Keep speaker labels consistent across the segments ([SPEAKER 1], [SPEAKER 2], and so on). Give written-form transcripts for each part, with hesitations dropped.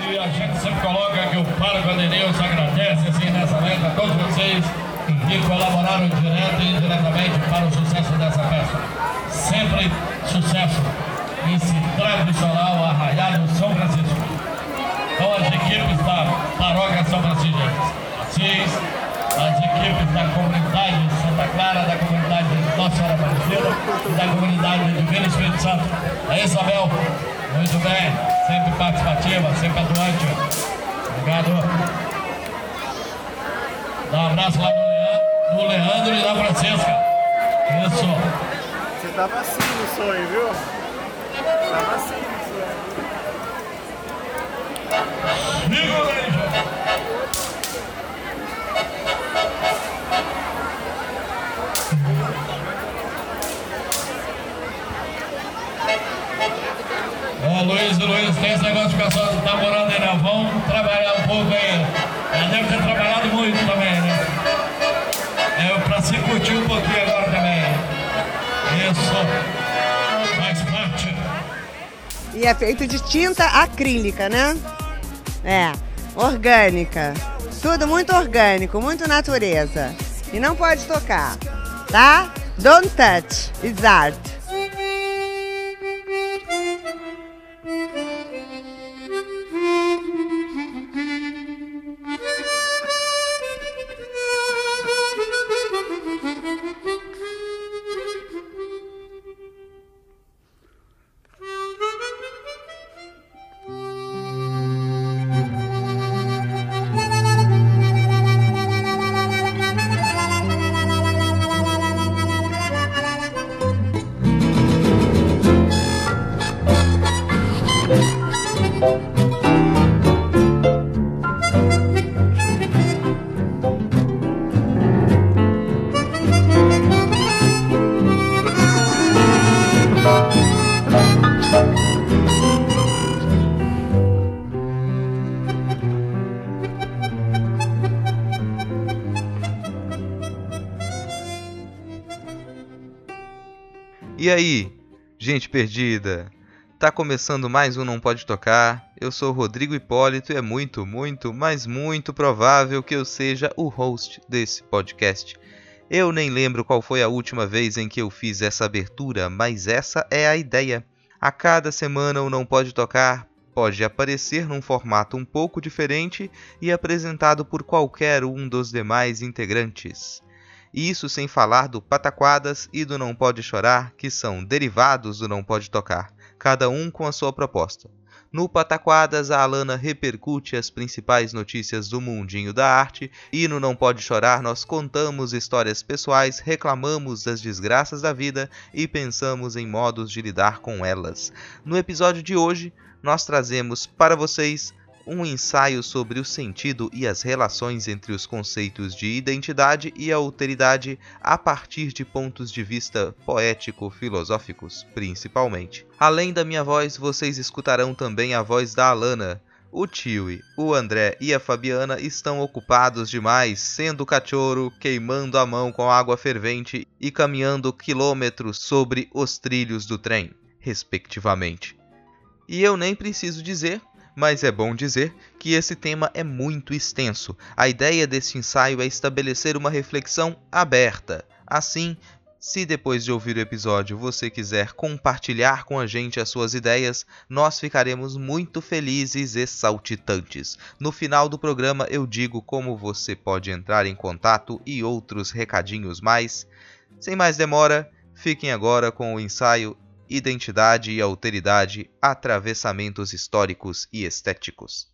[SPEAKER 1] E a gente sempre coloca que o Parque Adeneus agradece assim nessa letra a todos vocês que colaboraram direto e indiretamente para o sucesso dessa festa. Sempre sucesso esse tradicional arraiado São Francisco. Então as equipes da Paróquia São Francisco Assis, as equipes da comunidade Santa Clara, da comunidade Nossa Senhora Aparecida e da comunidade de Divino Espírito Santo. É isso, Abel? Muito bem, sempre participativa, sempre atuante. Obrigado. Dá um abraço lá no Leandro e na Francesca. Isso.
[SPEAKER 2] Você tava assim no sonho, viu? Tava assim no sonho.
[SPEAKER 1] Segura aí, gente. Luiz, tem esse negócio de ficar só namorando aí, não. Vamos trabalhar um pouco aí. Já deve ter trabalhado muito também, né? Pra se curtir um pouquinho agora também. Isso. Faz parte.
[SPEAKER 3] E é feito de tinta acrílica, né? É, orgânica. Tudo muito orgânico, muito natureza. E não pode tocar, tá? Don't touch, it's art.
[SPEAKER 4] E aí, gente perdida? Tá começando mais um Não Pode Tocar. Eu sou Rodrigo Hipólito e é muito, mas muito provável que eu seja o host desse podcast. Eu nem lembro qual foi a última vez em que eu fiz essa abertura, mas essa é a ideia. A cada semana o Não Pode Tocar pode aparecer num formato um pouco diferente e apresentado por qualquer um dos demais integrantes. Isso sem falar do Pataquadas e do Não Pode Chorar, que são derivados do Não Pode Tocar, cada um com a sua proposta. No Pataquadas, a Alana repercute as principais notícias do mundinho da arte, e no Não Pode Chorar nós contamos histórias pessoais, reclamamos das desgraças da vida e pensamos em modos de lidar com elas. No episódio de hoje, nós trazemos para vocês um ensaio sobre o sentido e as relações entre os conceitos de identidade e alteridade a partir de pontos de vista poético-filosóficos, principalmente. Além da minha voz, vocês escutarão também a voz da Alana. O Tiwi, o André e a Fabiana estão ocupados demais, sendo cachorro, queimando a mão com água fervente e caminhando quilômetros sobre os trilhos do trem, respectivamente. E eu nem preciso dizer, mas é bom dizer, que esse tema é muito extenso. A ideia desse ensaio é estabelecer uma reflexão aberta. Assim, se depois de ouvir o episódio você quiser compartilhar com a gente as suas ideias, nós ficaremos muito felizes e saltitantes. No final do programa eu digo como você pode entrar em contato e outros recadinhos mais. Sem mais demora, fiquem agora com o ensaio Identidade e Alteridade, Atravessamentos Históricos e Estéticos.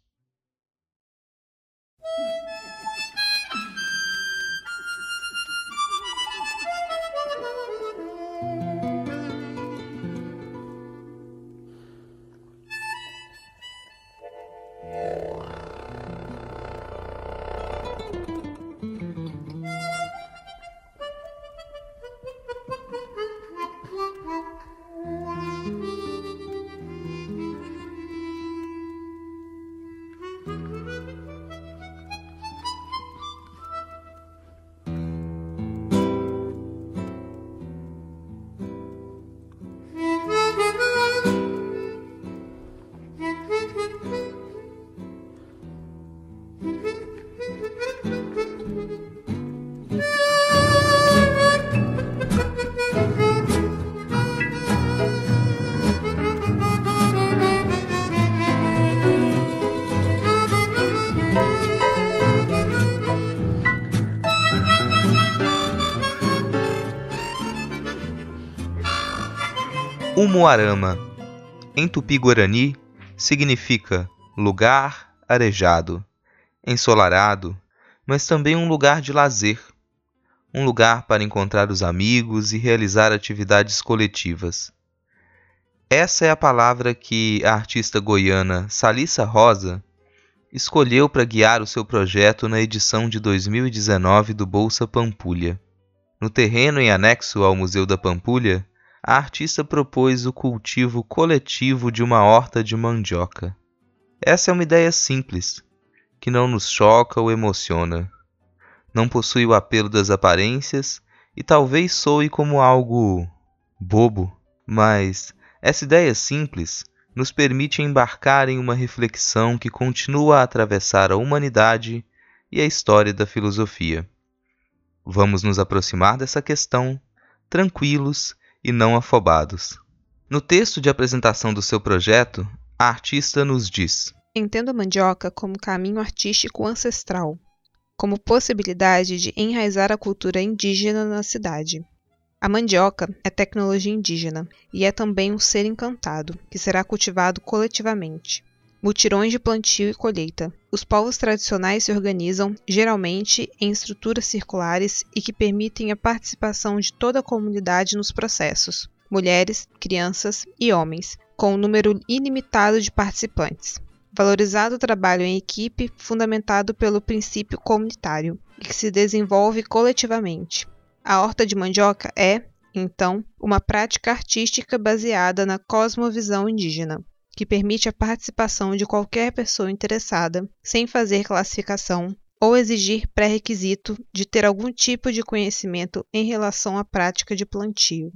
[SPEAKER 4] Umuarama. Em Tupi-Guarani, significa lugar arejado, ensolarado, mas também um lugar de lazer, um lugar para encontrar os amigos e realizar atividades coletivas. Essa é a palavra que a artista goiana Salissa Rosa escolheu para guiar o seu projeto na edição de 2019 do Bolsa Pampulha. No terreno em anexo ao Museu da Pampulha, a artista propôs o cultivo coletivo de uma horta de mandioca. Essa é uma ideia simples, que não nos choca ou emociona. Não possui o apelo das aparências e talvez soe como algo bobo, mas essa ideia simples nos permite embarcar em uma reflexão que continua a atravessar a humanidade e a história da filosofia. Vamos nos aproximar dessa questão, tranquilos e não afobados. No texto de apresentação do seu projeto, a artista nos diz:
[SPEAKER 5] Entendo a mandioca como caminho artístico ancestral, como possibilidade de enraizar a cultura indígena na cidade. A mandioca é tecnologia indígena e é também um ser encantado, que será cultivado coletivamente. Mutirões de plantio e colheita. Os povos tradicionais se organizam, geralmente, em estruturas circulares e que permitem a participação de toda a comunidade nos processos, mulheres, crianças e homens, com um número ilimitado de participantes. Valorizado o trabalho em equipe fundamentado pelo princípio comunitário e que se desenvolve coletivamente. A horta de mandioca é, então, uma prática artística baseada na cosmovisão indígena, que permite a participação de qualquer pessoa interessada, sem fazer classificação ou exigir pré-requisito de ter algum tipo de conhecimento em relação à prática de plantio.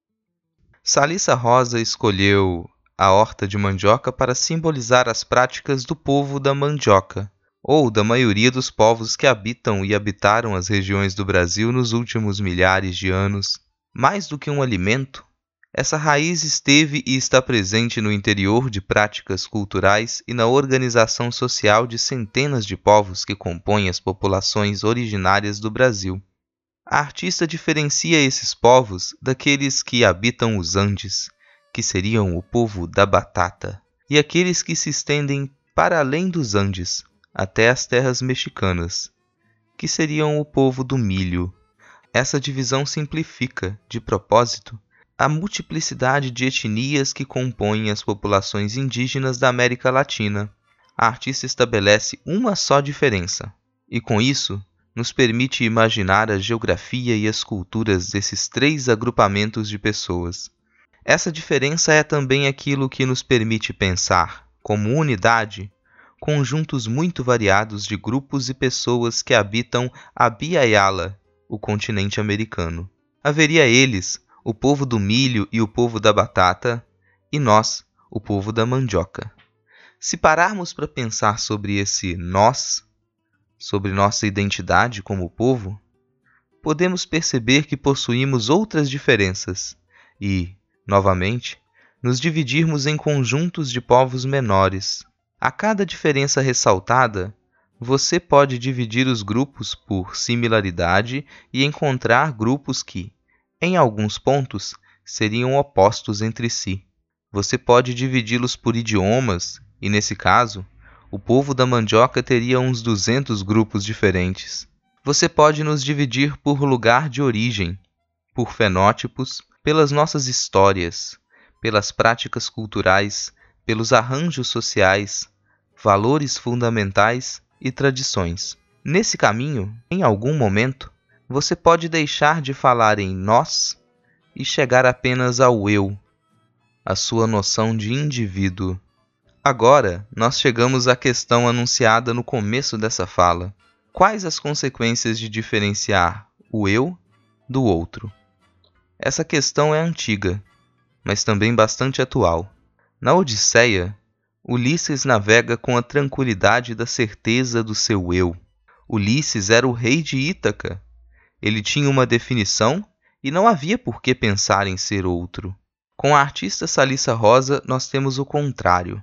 [SPEAKER 4] Salissa Rosa escolheu a horta de mandioca para simbolizar as práticas do povo da mandioca, ou da maioria dos povos que habitam e habitaram as regiões do Brasil nos últimos milhares de anos. Mais do que um alimento, essa raiz esteve e está presente no interior de práticas culturais e na organização social de centenas de povos que compõem as populações originárias do Brasil. A artista diferencia esses povos daqueles que habitam os Andes, que seriam o povo da batata, e aqueles que se estendem para além dos Andes, até as terras mexicanas, que seriam o povo do milho. Essa divisão simplifica, de propósito, a multiplicidade de etnias que compõem as populações indígenas da América Latina. A artista estabelece uma só diferença, e com isso nos permite imaginar a geografia e as culturas desses três agrupamentos de pessoas. Essa diferença é também aquilo que nos permite pensar, como unidade, conjuntos muito variados de grupos e pessoas que habitam a Biayala, o continente americano. Haveria eles, o povo do milho e o povo da batata, e nós, o povo da mandioca. Se pararmos para pensar sobre esse nós, sobre nossa identidade como povo, podemos perceber que possuímos outras diferenças e, novamente, nos dividirmos em conjuntos de povos menores. A cada diferença ressaltada, você pode dividir os grupos por similaridade e encontrar grupos que, em alguns pontos, seriam opostos entre si. Você pode dividi-los por idiomas e, nesse caso, o povo da mandioca teria uns 200 grupos diferentes. Você pode nos dividir por lugar de origem, por fenótipos, pelas nossas histórias, pelas práticas culturais, pelos arranjos sociais, valores fundamentais e tradições. Nesse caminho, em algum momento, você pode deixar de falar em nós e chegar apenas ao eu, a sua noção de indivíduo. Agora, nós chegamos à questão anunciada no começo dessa fala. Quais as consequências de diferenciar o eu do outro? Essa questão é antiga, mas também bastante atual. Na Odisseia, Ulisses navega com a tranquilidade da certeza do seu eu. Ulisses era o rei de Ítaca. Ele tinha uma definição e não havia por que pensar em ser outro. Com a artista Salissa Rosa, nós temos o contrário.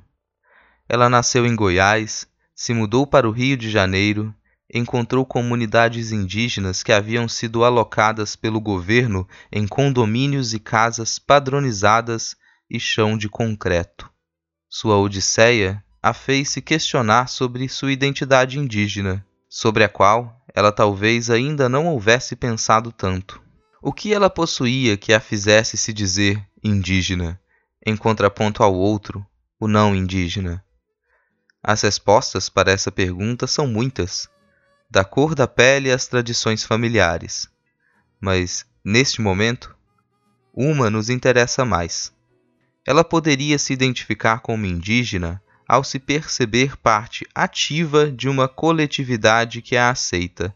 [SPEAKER 4] Ela nasceu em Goiás, se mudou para o Rio de Janeiro, encontrou comunidades indígenas que haviam sido alocadas pelo governo em condomínios e casas padronizadas e chão de concreto. Sua odisseia a fez se questionar sobre sua identidade indígena, sobre a qual ela talvez ainda não houvesse pensado tanto. O que ela possuía que a fizesse se dizer indígena, em contraponto ao outro, o não indígena? As respostas para essa pergunta são muitas, da cor da pele às tradições familiares. Mas, neste momento, uma nos interessa mais. Ela poderia se identificar como indígena ao se perceber parte ativa de uma coletividade que a aceita.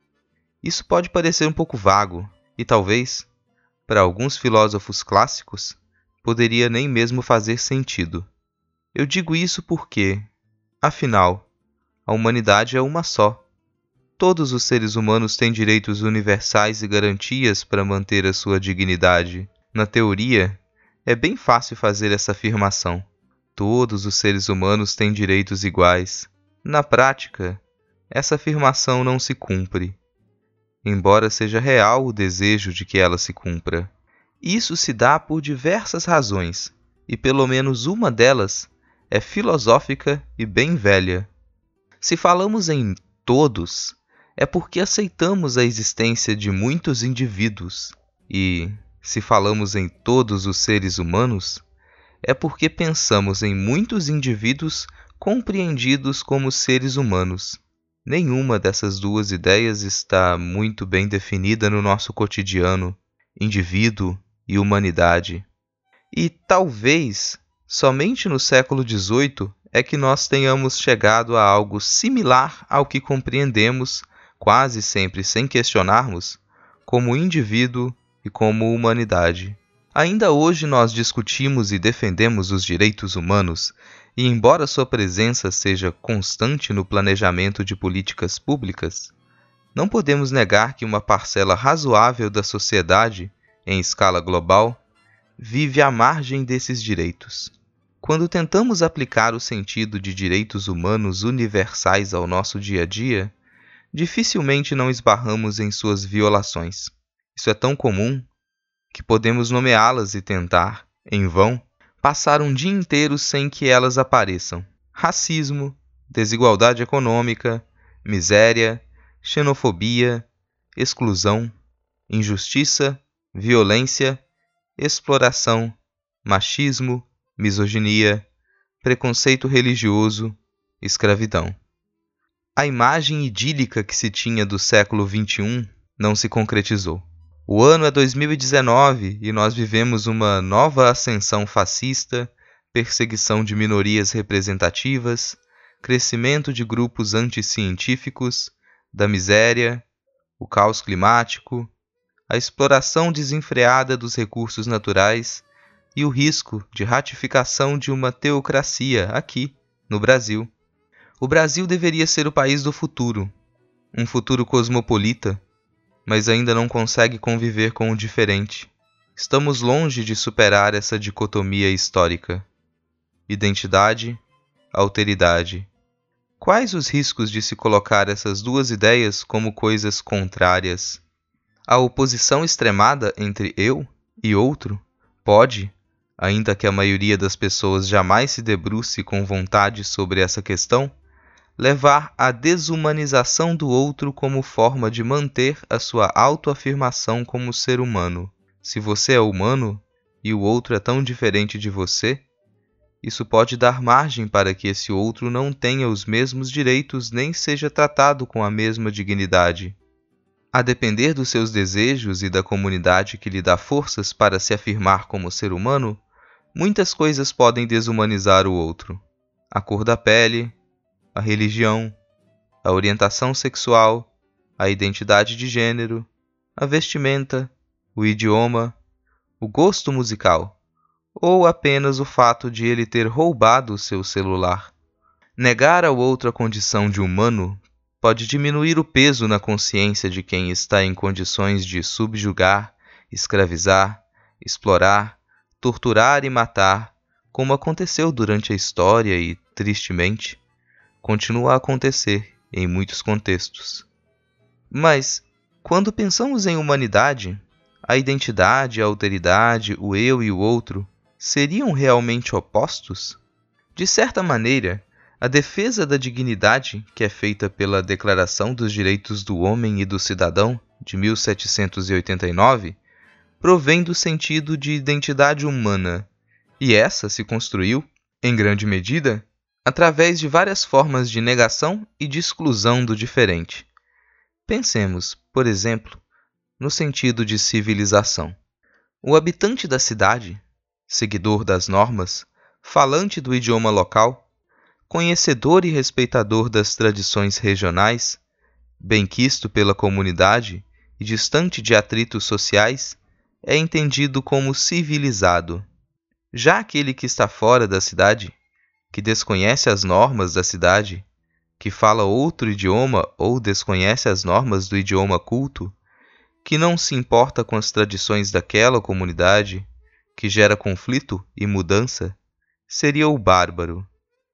[SPEAKER 4] Isso pode parecer um pouco vago e talvez, para alguns filósofos clássicos, poderia nem mesmo fazer sentido. Eu digo isso porque, afinal, a humanidade é uma só. Todos os seres humanos têm direitos universais e garantias para manter a sua dignidade. Na teoria, é bem fácil fazer essa afirmação. Todos os seres humanos têm direitos iguais. Na prática, essa afirmação não se cumpre, embora seja real o desejo de que ela se cumpra. Isso se dá por diversas razões, e pelo menos uma delas é filosófica e bem velha. Se falamos em todos, é porque aceitamos a existência de muitos indivíduos, e, se falamos em todos os seres humanos, é porque pensamos em muitos indivíduos compreendidos como seres humanos. Nenhuma dessas duas ideias está muito bem definida no nosso cotidiano, indivíduo e humanidade. E talvez, somente no século XVIII é que nós tenhamos chegado a algo similar ao que compreendemos, quase sempre sem questionarmos, como indivíduo e como humanidade. Ainda hoje nós discutimos e defendemos os direitos humanos, e embora sua presença seja constante no planejamento de políticas públicas, não podemos negar que uma parcela razoável da sociedade, em escala global, vive à margem desses direitos. Quando tentamos aplicar o sentido de direitos humanos universais ao nosso dia a dia, dificilmente não esbarramos em suas violações. Isso é tão comum que podemos nomeá-las e tentar, em vão, passar um dia inteiro sem que elas apareçam. Racismo, desigualdade econômica, miséria, xenofobia, exclusão, injustiça, violência, exploração, machismo, misoginia, preconceito religioso, escravidão. A imagem idílica que se tinha do século XXI não se concretizou. O ano é 2019 e nós vivemos uma nova ascensão fascista, perseguição de minorias representativas, crescimento de grupos anticientíficos, da miséria, o caos climático, a exploração desenfreada dos recursos naturais e o risco de ratificação de uma teocracia aqui, no Brasil. O Brasil deveria ser o país do futuro, um futuro cosmopolita, mas ainda não consegue conviver com o diferente. Estamos longe de superar essa dicotomia histórica. Identidade, alteridade. Quais os riscos de se colocar essas duas ideias como coisas contrárias? A oposição extremada entre eu e outro pode, ainda que a maioria das pessoas jamais se debruce com vontade sobre essa questão, levar à desumanização do outro como forma de manter a sua autoafirmação como ser humano. Se você é humano e o outro é tão diferente de você, isso pode dar margem para que esse outro não tenha os mesmos direitos nem seja tratado com a mesma dignidade. A depender dos seus desejos e da comunidade que lhe dá forças para se afirmar como ser humano, muitas coisas podem desumanizar o outro. A cor da pele, a religião, a orientação sexual, a identidade de gênero, a vestimenta, o idioma, o gosto musical, ou apenas o fato de ele ter roubado o seu celular. Negar ao outro a condição de humano pode diminuir o peso na consciência de quem está em condições de subjugar, escravizar, explorar, torturar e matar, como aconteceu durante a história e, tristemente, continua a acontecer em muitos contextos. Mas, quando pensamos em humanidade, a identidade, a alteridade, o eu e o outro seriam realmente opostos? De certa maneira, a defesa da dignidade, que é feita pela Declaração dos Direitos do Homem e do Cidadão, de 1789, provém do sentido de identidade humana, e essa se construiu, em grande medida, através de várias formas de negação e de exclusão do diferente. Pensemos, por exemplo, no sentido de civilização. O habitante da cidade, seguidor das normas, falante do idioma local, conhecedor e respeitador das tradições regionais, benquisto pela comunidade e distante de atritos sociais, é entendido como civilizado. Já aquele que está fora da cidade, que desconhece as normas da cidade, que fala outro idioma ou desconhece as normas do idioma culto, que não se importa com as tradições daquela comunidade, que gera conflito e mudança, seria o bárbaro.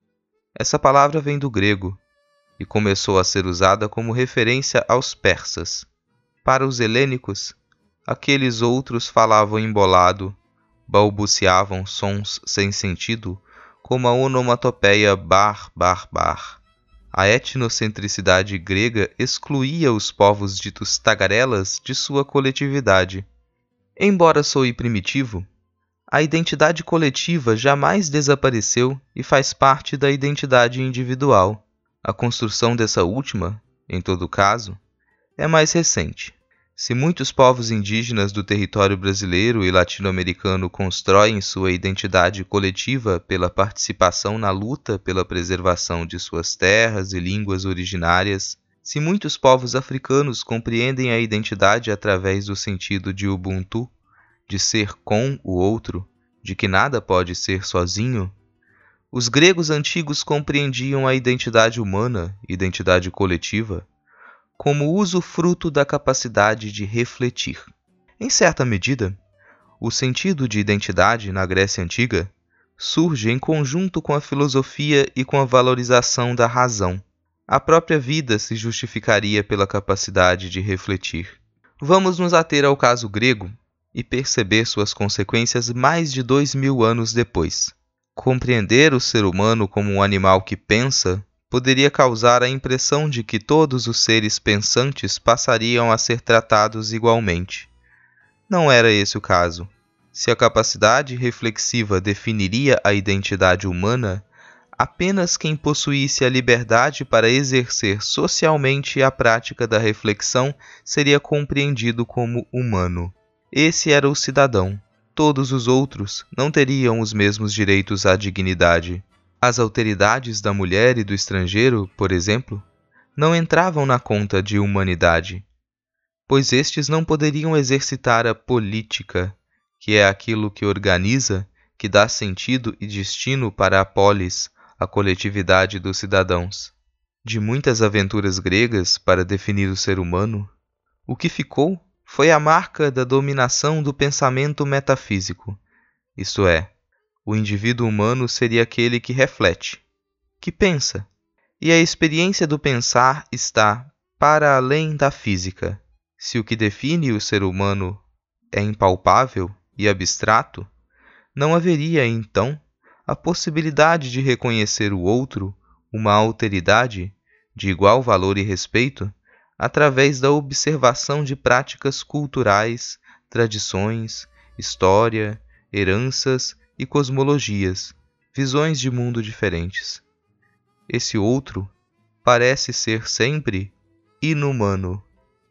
[SPEAKER 4] Essa palavra vem do grego e começou a ser usada como referência aos persas. Para os helênicos, aqueles outros falavam embolado, balbuciavam sons sem sentido, como a onomatopeia bar, bar, bar. A etnocentricidade grega excluía os povos ditos tagarelas de sua coletividade. Embora soe primitivo, a identidade coletiva jamais desapareceu e faz parte da identidade individual. A construção dessa última, em todo caso, é mais recente. Se muitos povos indígenas do território brasileiro e latino-americano constroem sua identidade coletiva pela participação na luta pela preservação de suas terras e línguas originárias, se muitos povos africanos compreendem a identidade através do sentido de Ubuntu, de ser com o outro, de que nada pode ser sozinho, os gregos antigos compreendiam a identidade humana, identidade coletiva, como usufruto da capacidade de refletir. Em certa medida, o sentido de identidade na Grécia Antiga surge em conjunto com a filosofia e com a valorização da razão. A própria vida se justificaria pela capacidade de refletir. Vamos nos ater ao caso grego e perceber suas consequências mais de 2000 anos depois. Compreender o ser humano como um animal que pensa poderia causar a impressão de que todos os seres pensantes passariam a ser tratados igualmente. Não era esse o caso. Se a capacidade reflexiva definiria a identidade humana, apenas quem possuísse a liberdade para exercer socialmente a prática da reflexão seria compreendido como humano. Esse era o cidadão. Todos os outros não teriam os mesmos direitos à dignidade. As alteridades da mulher e do estrangeiro, por exemplo, não entravam na conta de humanidade, pois estes não poderiam exercitar a política, que é aquilo que organiza, que dá sentido e destino para a polis, a coletividade dos cidadãos. De muitas aventuras gregas para definir o ser humano, o que ficou foi a marca da dominação do pensamento metafísico, isto é, o indivíduo humano seria aquele que reflete, que pensa, e a experiência do pensar está para além da física. Se o que define o ser humano é impalpável e abstrato, não haveria, então, a possibilidade de reconhecer o outro, uma alteridade, de igual valor e respeito, através da observação de práticas culturais, tradições, história, heranças e cosmologias, visões de mundo diferentes. Esse outro parece ser sempre inumano.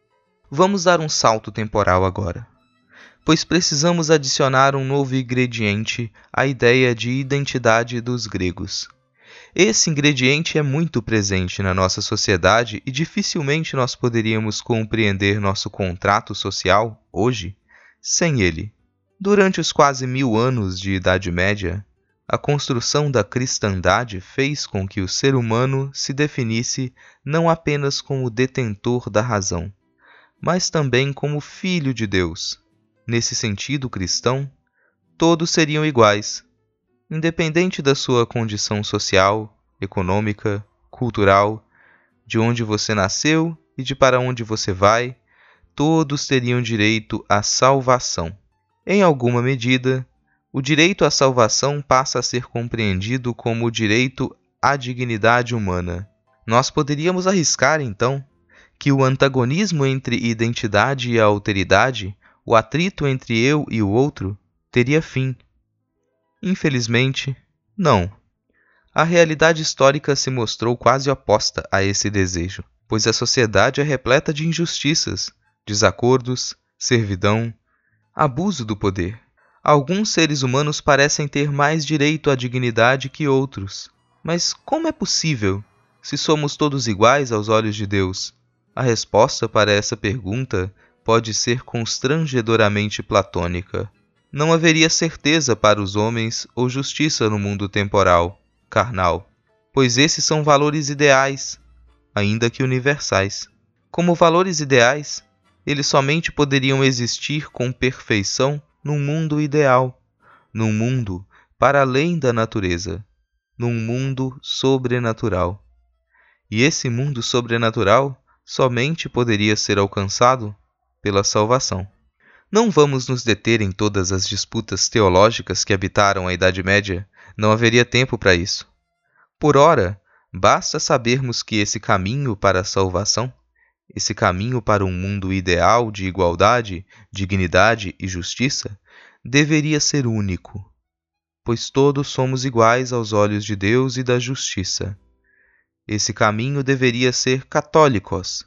[SPEAKER 4] Vamos dar um salto temporal agora, pois precisamos adicionar um novo ingrediente à ideia de identidade dos gregos. Esse ingrediente é muito presente na nossa sociedade e dificilmente nós poderíamos compreender nosso contrato social, hoje, sem ele. Durante os quase 1000 anos de Idade Média, a construção da cristandade fez com que o ser humano se definisse não apenas como detentor da razão, mas também como filho de Deus. Nesse sentido cristão, todos seriam iguais, independente da sua condição social, econômica, cultural, de onde você nasceu e de para onde você vai, todos teriam direito à salvação. Em alguma medida, O direito à salvação passa a ser compreendido como o direito à dignidade humana. Nós poderíamos arriscar, então, que o antagonismo entre identidade e alteridade, o atrito entre eu e o outro, teria fim. Infelizmente, não. A realidade histórica se mostrou quase oposta a esse desejo, pois a sociedade é repleta de injustiças, desacordos, servidão, abuso do poder. Alguns seres humanos parecem ter mais direito à dignidade que outros. Mas como é possível, se somos todos iguais aos olhos de Deus? A resposta para essa pergunta pode ser constrangedoramente platônica. Não haveria certeza para os homens ou justiça no mundo temporal, carnal, pois esses são valores ideais, ainda que universais. Como valores ideais, eles somente poderiam existir com perfeição num mundo ideal, num mundo para além da natureza, num mundo sobrenatural. E esse mundo sobrenatural somente poderia ser alcançado pela salvação. Não vamos nos deter em todas as disputas teológicas que habitaram a Idade Média, não haveria tempo para isso. Por ora, basta sabermos que esse caminho para a salvação, esse caminho para um mundo ideal de igualdade, dignidade e justiça, deveria ser único, pois todos somos iguais aos olhos de Deus e da justiça. Esse caminho deveria ser católicos,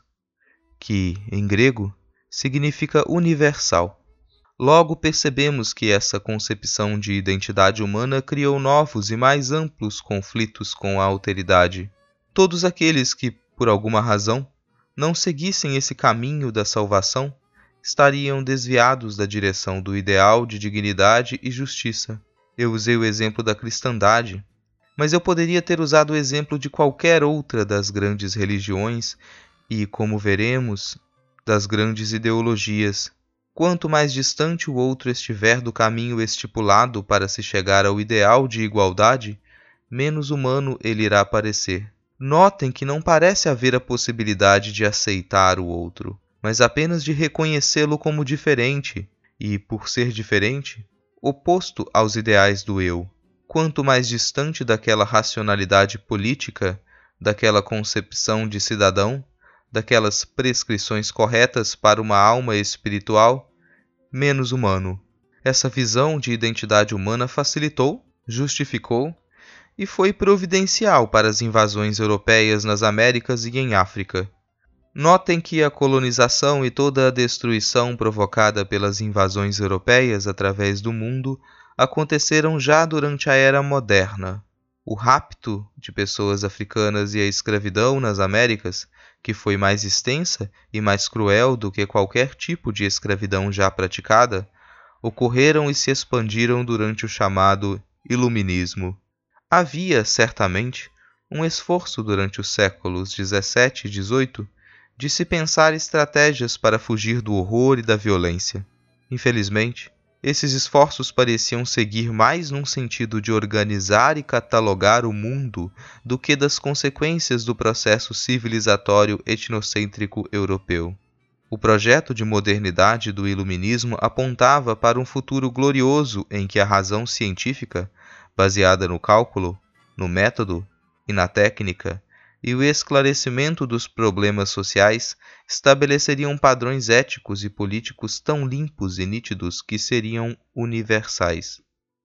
[SPEAKER 4] que, em grego, significa universal. Logo percebemos que essa concepção de identidade humana criou novos e mais amplos conflitos com a alteridade. Todos aqueles que, por alguma razão, não seguissem esse caminho da salvação estariam desviados da direção do ideal de dignidade e justiça. Eu usei o exemplo da cristandade, mas eu poderia ter usado o exemplo de qualquer outra das grandes religiões e, como veremos, das grandes ideologias. Quanto mais distante o outro estiver do caminho estipulado para se chegar ao ideal de igualdade, menos humano ele irá parecer. Notem que não parece haver a possibilidade de aceitar o outro, mas apenas de reconhecê-lo como diferente e, por ser diferente, oposto aos ideais do eu. Quanto mais distante daquela racionalidade política, daquela concepção de cidadão, daquelas prescrições corretas para uma alma espiritual, menos humano. Essa visão de identidade humana facilitou, justificou e foi providencial para as invasões europeias nas Américas e em África. Notem que a colonização e toda a destruição provocada pelas invasões europeias através do mundo aconteceram já durante a Era Moderna. O rapto de pessoas africanas e a escravidão nas Américas, que foi mais extensa e mais cruel do que qualquer tipo de escravidão já praticada, ocorreram e se expandiram durante o chamado Iluminismo. Havia, certamente, um esforço durante os séculos XVII e XVIII de se pensar estratégias para fugir do horror e da violência. Infelizmente, esses esforços pareciam seguir mais num sentido de organizar e catalogar o mundo do que das consequências do processo civilizatório etnocêntrico europeu. O projeto de modernidade do iluminismo apontava para um futuro glorioso em que a razão científica, baseada no cálculo, no método e na técnica, e o esclarecimento dos problemas sociais estabeleceriam padrões éticos e políticos tão limpos e nítidos que seriam universais.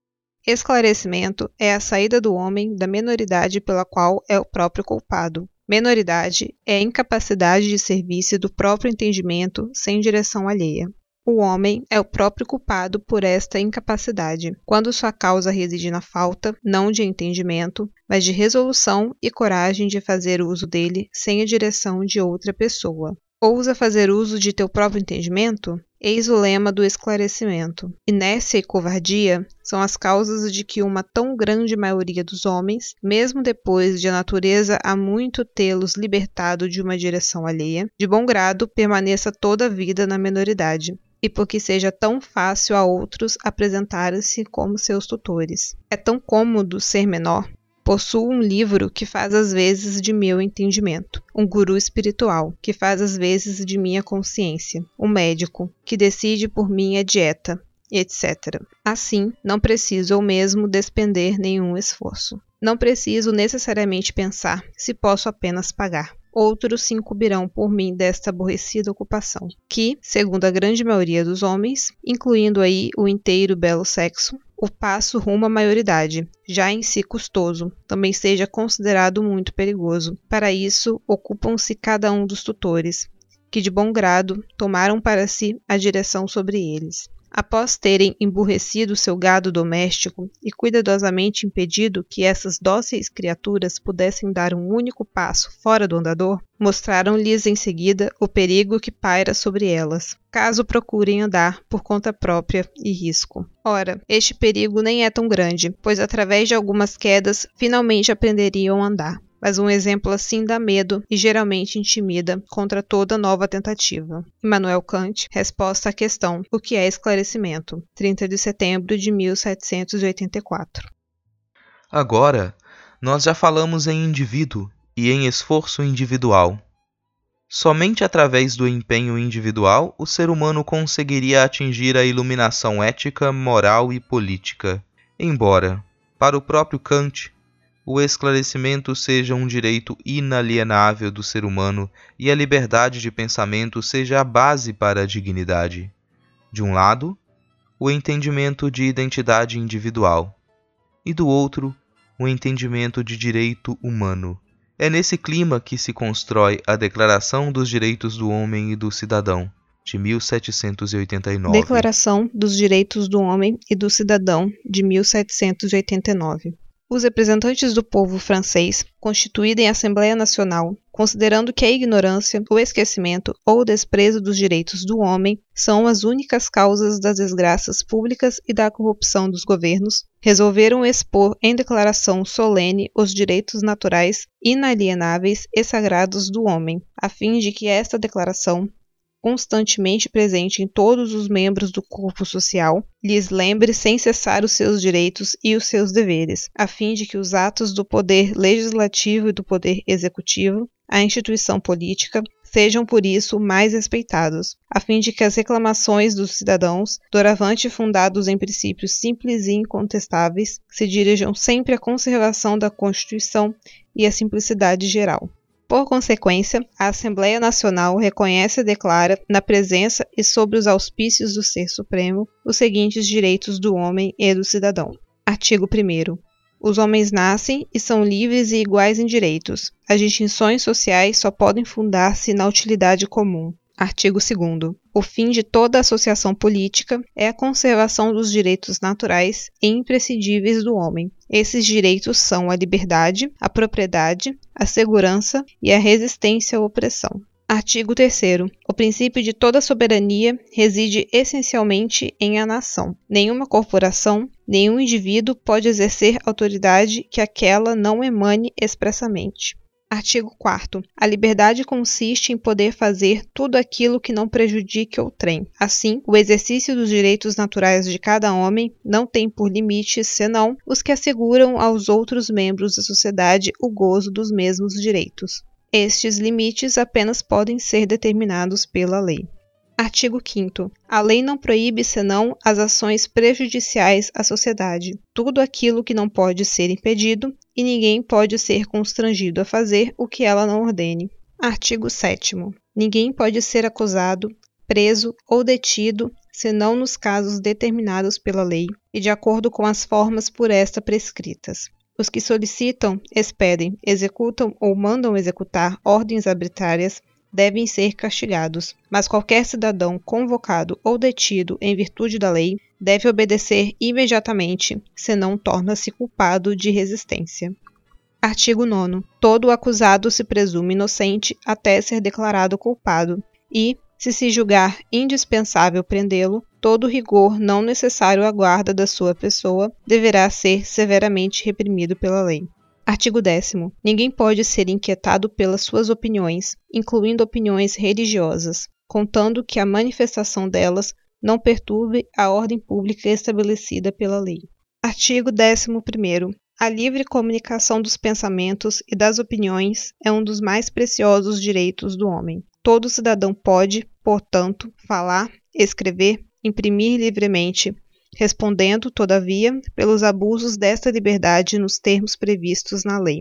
[SPEAKER 5] Esclarecimento é a saída do homem da menoridade pela qual é o próprio culpado. Menoridade é a incapacidade de servir-se do próprio entendimento sem direção alheia. O homem é o próprio culpado por esta incapacidade, quando sua causa reside na falta, não de entendimento, mas de resolução e coragem de fazer uso dele sem a direção de outra pessoa. Ousa fazer uso de teu próprio entendimento? Eis o lema do esclarecimento. Inércia e covardia são as causas de que uma tão grande maioria dos homens, mesmo depois de a natureza há muito tê-los libertado de uma direção alheia, de bom grado permaneça toda a vida na menoridade, e porque seja tão fácil a outros apresentarem-se como seus tutores. É tão cômodo ser menor. Possuo um livro que faz as vezes de meu entendimento, um guru espiritual que faz as vezes de minha consciência, um médico que decide por minha dieta, etc. Assim, não preciso eu mesmo despender nenhum esforço. Não preciso necessariamente pensar se posso apenas pagar. Outros se incumbirão por mim desta aborrecida ocupação, que, segundo a grande maioria dos homens, incluindo aí o inteiro belo sexo, o passo rumo à maioridade, já em si custoso, também seja considerado muito perigoso. Para isso, ocupam-se cada um dos tutores, que de bom grado tomaram para si a direção sobre eles. Após terem emburrecido seu gado doméstico e cuidadosamente impedido que essas dóceis criaturas pudessem dar um único passo fora do andador, mostraram-lhes em seguida o perigo que paira sobre elas, caso procurem andar por conta própria e risco. Ora, este perigo nem é tão grande, pois através de algumas quedas finalmente aprenderiam a andar. Mas um exemplo assim dá medo e geralmente intimida contra toda nova tentativa. Immanuel Kant, Resposta à Questão: O que é esclarecimento? 30 de setembro de 1784.
[SPEAKER 4] Agora, nós já falamos em indivíduo e em esforço individual. Somente através do empenho individual o ser humano conseguiria atingir a iluminação ética, moral e política. Embora, para o próprio Kant, o esclarecimento seja um direito inalienável do ser humano e a liberdade de pensamento seja a base para a dignidade. De um lado, o entendimento de identidade individual, e do outro, o entendimento de direito humano. É nesse clima que se constrói a Declaração dos Direitos do Homem e do Cidadão, de 1789.
[SPEAKER 5] Declaração dos Direitos do Homem e do Cidadão, de 1789. Os representantes do povo francês, constituídos em Assembleia Nacional, considerando que a ignorância, o esquecimento ou o desprezo dos direitos do homem são as únicas causas das desgraças públicas e da corrupção dos governos, resolveram expor em declaração solene os direitos naturais, inalienáveis e sagrados do homem, a fim de que esta declaração, constantemente presente em todos os membros do corpo social, lhes lembre sem cessar os seus direitos e os seus deveres, a fim de que os atos do poder legislativo e do poder executivo, a instituição política, sejam por isso mais respeitados, a fim de que as reclamações dos cidadãos, doravante fundados em princípios simples e incontestáveis, se dirijam sempre à conservação da Constituição e à simplicidade geral. Por consequência, a Assembleia Nacional reconhece e declara, na presença e sob os auspícios do Ser Supremo, os seguintes direitos do homem e do cidadão. Artigo 1º. Os homens nascem e são livres e iguais em direitos. As distinções sociais só podem fundar-se na utilidade comum. Artigo 2º. O fim de toda associação política é a conservação dos direitos naturais e imprescindíveis do homem. Esses direitos são a liberdade, a propriedade, a segurança e a resistência à opressão. Artigo 3º. O princípio de toda soberania reside essencialmente em a nação. Nenhuma corporação, nenhum indivíduo pode exercer autoridade que aquela não emane expressamente. Artigo 4º. A liberdade consiste em poder fazer tudo aquilo que não prejudique outrem. Assim, o exercício dos direitos naturais de cada homem não tem por limites senão os que asseguram aos outros membros da sociedade o gozo dos mesmos direitos. Estes limites apenas podem ser determinados pela lei. Artigo 5º. A lei não proíbe senão as ações prejudiciais à sociedade, tudo aquilo que não pode ser impedido, e ninguém pode ser constrangido a fazer o que ela não ordene. Artigo 7º. Ninguém pode ser acusado, preso ou detido, senão nos casos determinados pela lei e de acordo com as formas por esta prescritas. Os que solicitam, expedem, executam ou mandam executar ordens arbitrárias devem ser castigados, mas qualquer cidadão convocado ou detido em virtude da lei deve obedecer imediatamente, senão torna-se culpado de resistência. Artigo 9º. Todo acusado se presume inocente até ser declarado culpado e, se julgar indispensável prendê-lo, todo rigor não necessário à guarda da sua pessoa deverá ser severamente reprimido pela lei. Artigo 10º. Ninguém pode ser inquietado pelas suas opiniões, incluindo opiniões religiosas, contando que a manifestação delas não perturbe a ordem pública estabelecida pela lei. Artigo 11º. A livre comunicação dos pensamentos e das opiniões é um dos mais preciosos direitos do homem. Todo cidadão pode, portanto, falar, escrever, imprimir livremente, respondendo, todavia, pelos abusos desta liberdade nos termos previstos na lei.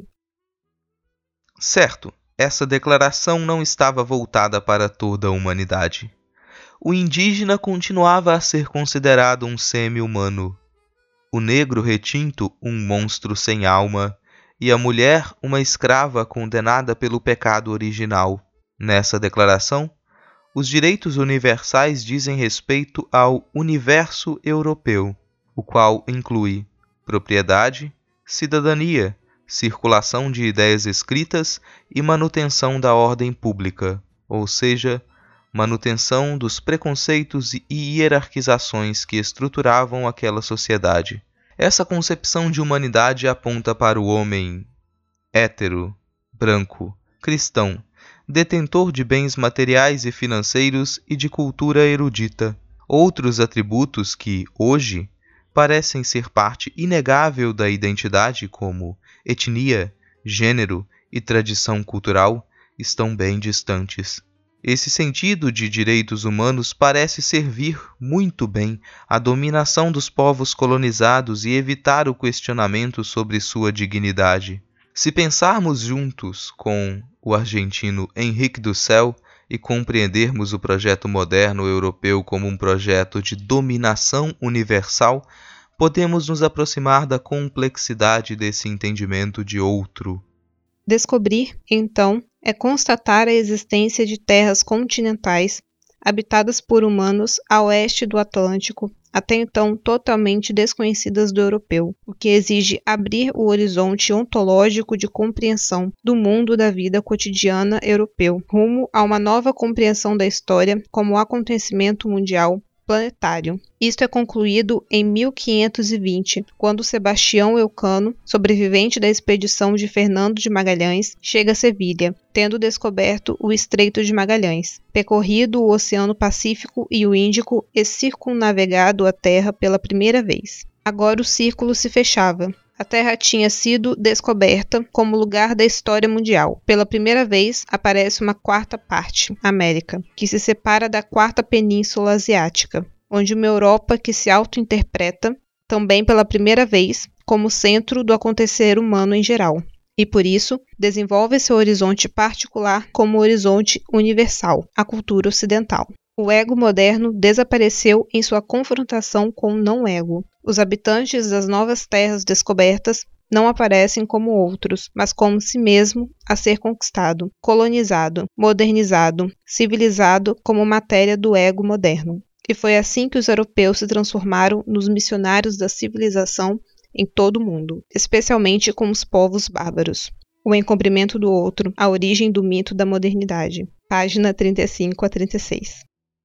[SPEAKER 4] Certo, essa declaração não estava voltada para toda a humanidade. O indígena continuava a ser considerado um semi-humano, o negro retinto um monstro sem alma e a mulher uma escrava condenada pelo pecado original. Nessa declaração, os direitos universais dizem respeito ao universo europeu, o qual inclui propriedade, cidadania, circulação de ideias escritas e manutenção da ordem pública, ou seja, manutenção dos preconceitos e hierarquizações que estruturavam aquela sociedade. Essa concepção de humanidade aponta para o homem hétero, branco, cristão, detentor de bens materiais e financeiros e de cultura erudita. Outros atributos que, hoje, parecem ser parte inegável da identidade, como etnia, gênero e tradição cultural, estão bem distantes. Esse sentido de direitos humanos parece servir muito bem à dominação dos povos colonizados e evitar o questionamento sobre sua dignidade. Se pensarmos juntos com o argentino Henrique Dussel e compreendermos o projeto moderno europeu como um projeto de dominação universal, podemos nos aproximar da complexidade desse entendimento de outro.
[SPEAKER 5] Descobrir, então, é constatar a existência de terras continentais habitadas por humanos a oeste do Atlântico, até então totalmente desconhecidas do europeu, o que exige abrir o horizonte ontológico de compreensão do mundo da vida cotidiana europeu, rumo a uma nova compreensão da história como acontecimento mundial planetário. Isto é concluído em 1520, quando Sebastião Elcano, sobrevivente da expedição de Fernando de Magalhães, chega a Sevilha, tendo descoberto o Estreito de Magalhães, percorrido o Oceano Pacífico e o Índico e circunnavegado a Terra pela primeira vez. Agora o círculo se fechava. A Terra tinha sido descoberta como lugar da história mundial. Pela primeira vez, aparece uma quarta parte, América, que se separa da quarta península asiática, onde uma Europa que se auto-interpreta, também pela primeira vez, como centro do acontecer humano em geral. E, por isso, desenvolve seu horizonte particular como horizonte universal, a cultura ocidental. O ego moderno desapareceu em sua confrontação com o não-ego. Os habitantes das novas terras descobertas não aparecem como outros, mas como si mesmo a ser conquistado, colonizado, modernizado, civilizado como matéria do ego moderno. E foi assim que os europeus se transformaram nos missionários da civilização em todo o mundo, especialmente com os povos bárbaros. O encobrimento do outro, a origem do mito da modernidade. Página 35 a 36.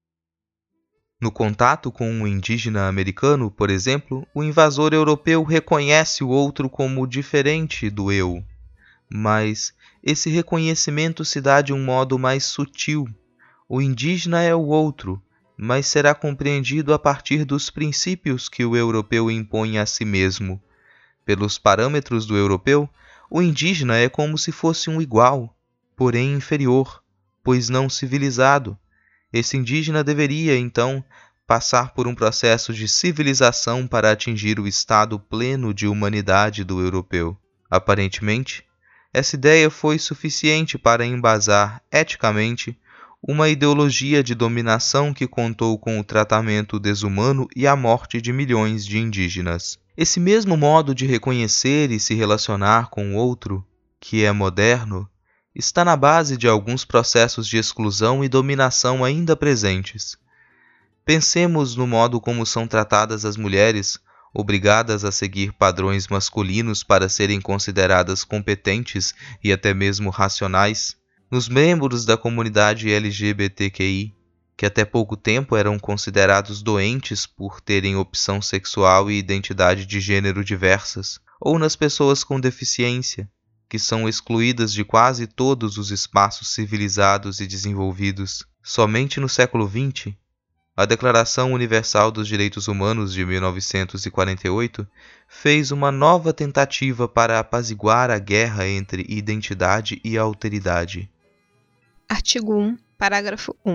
[SPEAKER 4] No contato com um indígena americano, por exemplo, o invasor europeu reconhece o outro como diferente do eu. Mas esse reconhecimento se dá de um modo mais sutil. O indígena é o outro, mas será compreendido a partir dos princípios que o europeu impõe a si mesmo. Pelos parâmetros do europeu, o indígena é como se fosse um igual, porém inferior, pois não civilizado. Esse indígena deveria, então, passar por um processo de civilização para atingir o estado pleno de humanidade do europeu. Aparentemente, essa ideia foi suficiente para embasar, eticamente, uma ideologia de dominação que contou com o tratamento desumano e a morte de milhões de indígenas. Esse mesmo modo de reconhecer e se relacionar com o outro, que é moderno, está na base de alguns processos de exclusão e dominação ainda presentes. Pensemos no modo como são tratadas as mulheres, obrigadas a seguir padrões masculinos para serem consideradas competentes e até mesmo racionais, nos membros da comunidade LGBTQI, que até pouco tempo eram considerados doentes por terem opção sexual e identidade de gênero diversas, ou nas pessoas com deficiência, que são excluídas de quase todos os espaços civilizados e desenvolvidos. Somente no século XX, a Declaração Universal dos Direitos Humanos de 1948 fez uma nova tentativa para apaziguar a guerra entre identidade e alteridade.
[SPEAKER 5] Artigo 1, parágrafo 1.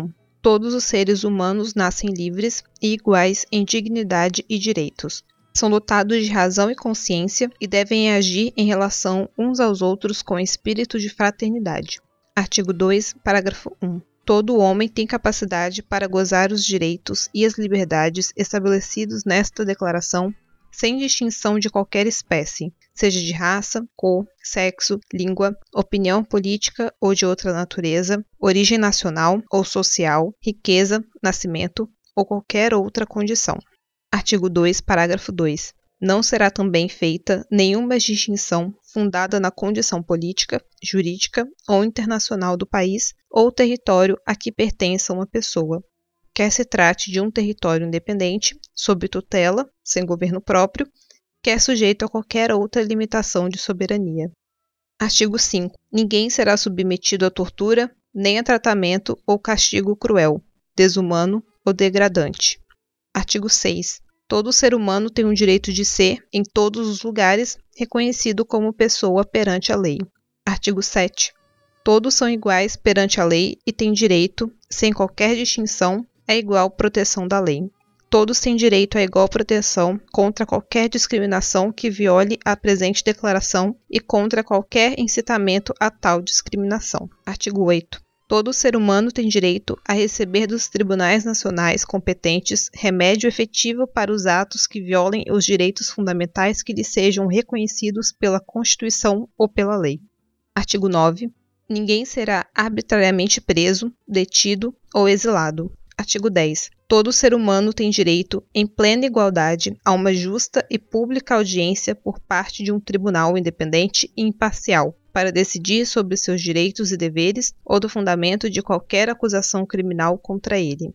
[SPEAKER 5] Todos os seres humanos nascem livres e iguais em dignidade e direitos. São dotados de razão e consciência e devem agir em relação uns aos outros com espírito de fraternidade. Artigo 2, parágrafo 1. Todo homem tem capacidade para gozar os direitos e as liberdades estabelecidos nesta declaração, sem distinção de qualquer espécie, seja de raça, cor, sexo, língua, opinião política ou de outra natureza, origem nacional ou social, riqueza, nascimento ou qualquer outra condição. Artigo 2, parágrafo 2. Não será também feita nenhuma distinção fundada na condição política, jurídica ou internacional do país ou território a que pertença uma pessoa, quer se trate de um território independente, sob tutela, sem governo próprio, quer sujeito a qualquer outra limitação de soberania. Artigo 5. Ninguém será submetido a tortura, nem a tratamento ou castigo cruel, desumano ou degradante. Artigo 6. Todo ser humano tem o direito de ser, em todos os lugares, reconhecido como pessoa perante a lei. Artigo 7. Todos são iguais perante a lei e têm direito, sem qualquer distinção, à igual proteção da lei. Todos têm direito à igual proteção contra qualquer discriminação que viole a presente declaração e contra qualquer incitamento a tal discriminação. Artigo 8. Todo ser humano tem direito a receber dos tribunais nacionais competentes remédio efetivo para os atos que violem os direitos fundamentais que lhe sejam reconhecidos pela Constituição ou pela lei. Artigo 9. Ninguém será arbitrariamente preso, detido ou exilado. Artigo 10. Todo ser humano tem direito, em plena igualdade, a uma justa e pública audiência por parte de um tribunal independente e imparcial, para decidir sobre seus direitos e deveres ou do fundamento de qualquer acusação criminal contra ele.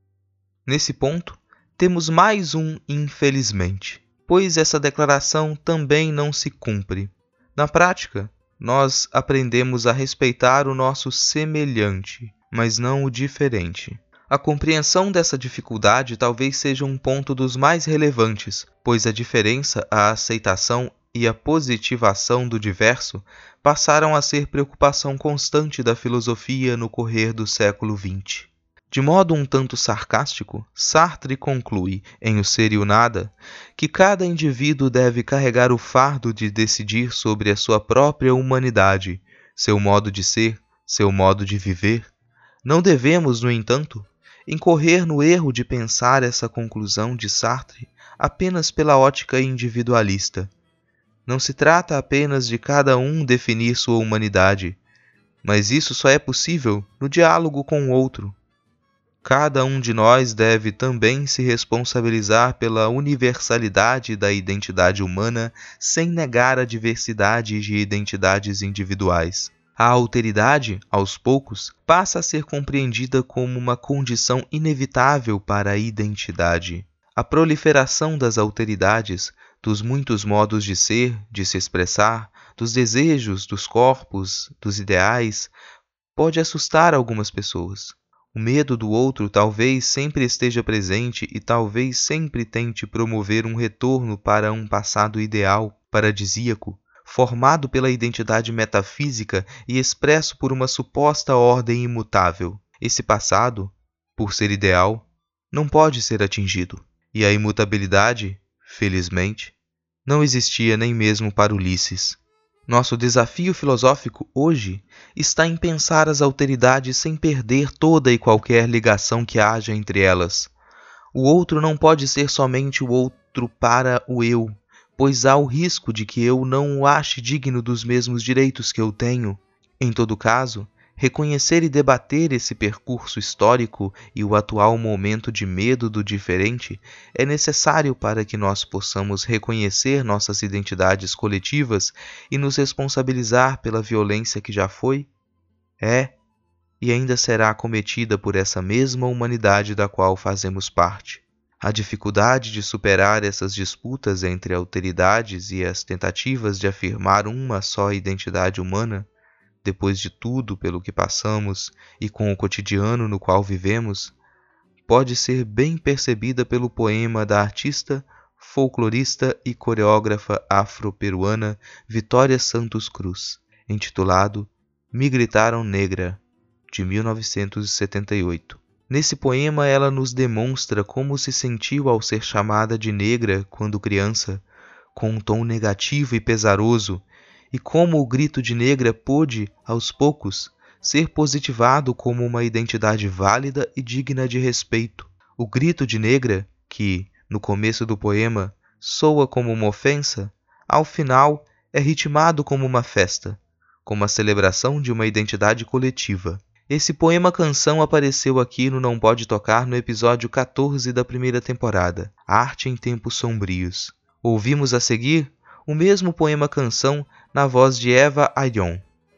[SPEAKER 4] Nesse ponto, temos mais um infelizmente, pois essa declaração também não se cumpre. Na prática, nós aprendemos a respeitar o nosso semelhante, mas não o diferente. A compreensão dessa dificuldade talvez seja um ponto dos mais relevantes, pois a diferença, a aceitação e a positivação do diverso passaram a ser preocupação constante da filosofia no correr do século XX. De modo um tanto sarcástico, Sartre conclui, em O Ser e o Nada, que cada indivíduo deve carregar o fardo de decidir sobre a sua própria humanidade, seu modo de ser, seu modo de viver. Não devemos, no entanto, incorrer no erro de pensar essa conclusão de Sartre apenas pela ótica individualista. Não se trata apenas de cada um definir sua humanidade, mas isso só é possível no diálogo com o outro. Cada um de nós deve também se responsabilizar pela universalidade da identidade humana sem negar a diversidade de identidades individuais. A alteridade, aos poucos, passa a ser compreendida como uma condição inevitável para a identidade. A proliferação das alteridades, dos muitos modos de ser, de se expressar, dos desejos, dos corpos, dos ideais, pode assustar algumas pessoas. O medo do outro talvez sempre esteja presente e talvez sempre tente promover um retorno para um passado ideal, paradisíaco, formado pela identidade metafísica e expresso por uma suposta ordem imutável. Esse passado, por ser ideal, não pode ser atingido. E a imutabilidade, felizmente, não existia nem mesmo para Ulisses. Nosso desafio filosófico hoje está em pensar as alteridades sem perder toda e qualquer ligação que haja entre elas. O outro não pode ser somente o outro para o eu, pois há o risco de que eu não o ache digno dos mesmos direitos que eu tenho. Em todo caso, reconhecer e debater esse percurso histórico e o atual momento de medo do diferente é necessário para que nós possamos reconhecer nossas identidades coletivas e nos responsabilizar pela violência que já foi, e ainda será cometida por essa mesma humanidade da qual fazemos parte. A dificuldade de superar essas disputas entre alteridades e as tentativas de afirmar uma só identidade humana, depois de tudo pelo que passamos e com o cotidiano no qual vivemos, pode ser bem percebida pelo poema da artista, folclorista e coreógrafa afro-peruana Vitória Santos Cruz, intitulado Me Gritaram Negra, de 1978, Nesse poema ela nos demonstra como se sentiu ao ser chamada de negra quando criança, com um tom negativo e pesaroso, e como o grito de negra pôde, aos poucos, ser positivado como uma identidade válida e digna de respeito. O grito de negra, que, no começo do poema, soa como uma ofensa, ao final é ritmado como uma festa, como a celebração de uma identidade coletiva. Esse poema-canção apareceu aqui no Não Pode Tocar no episódio 14 da primeira temporada, Arte em Tempos Sombrios. Ouvimos a seguir o mesmo poema-canção na voz de Eva Ayllón.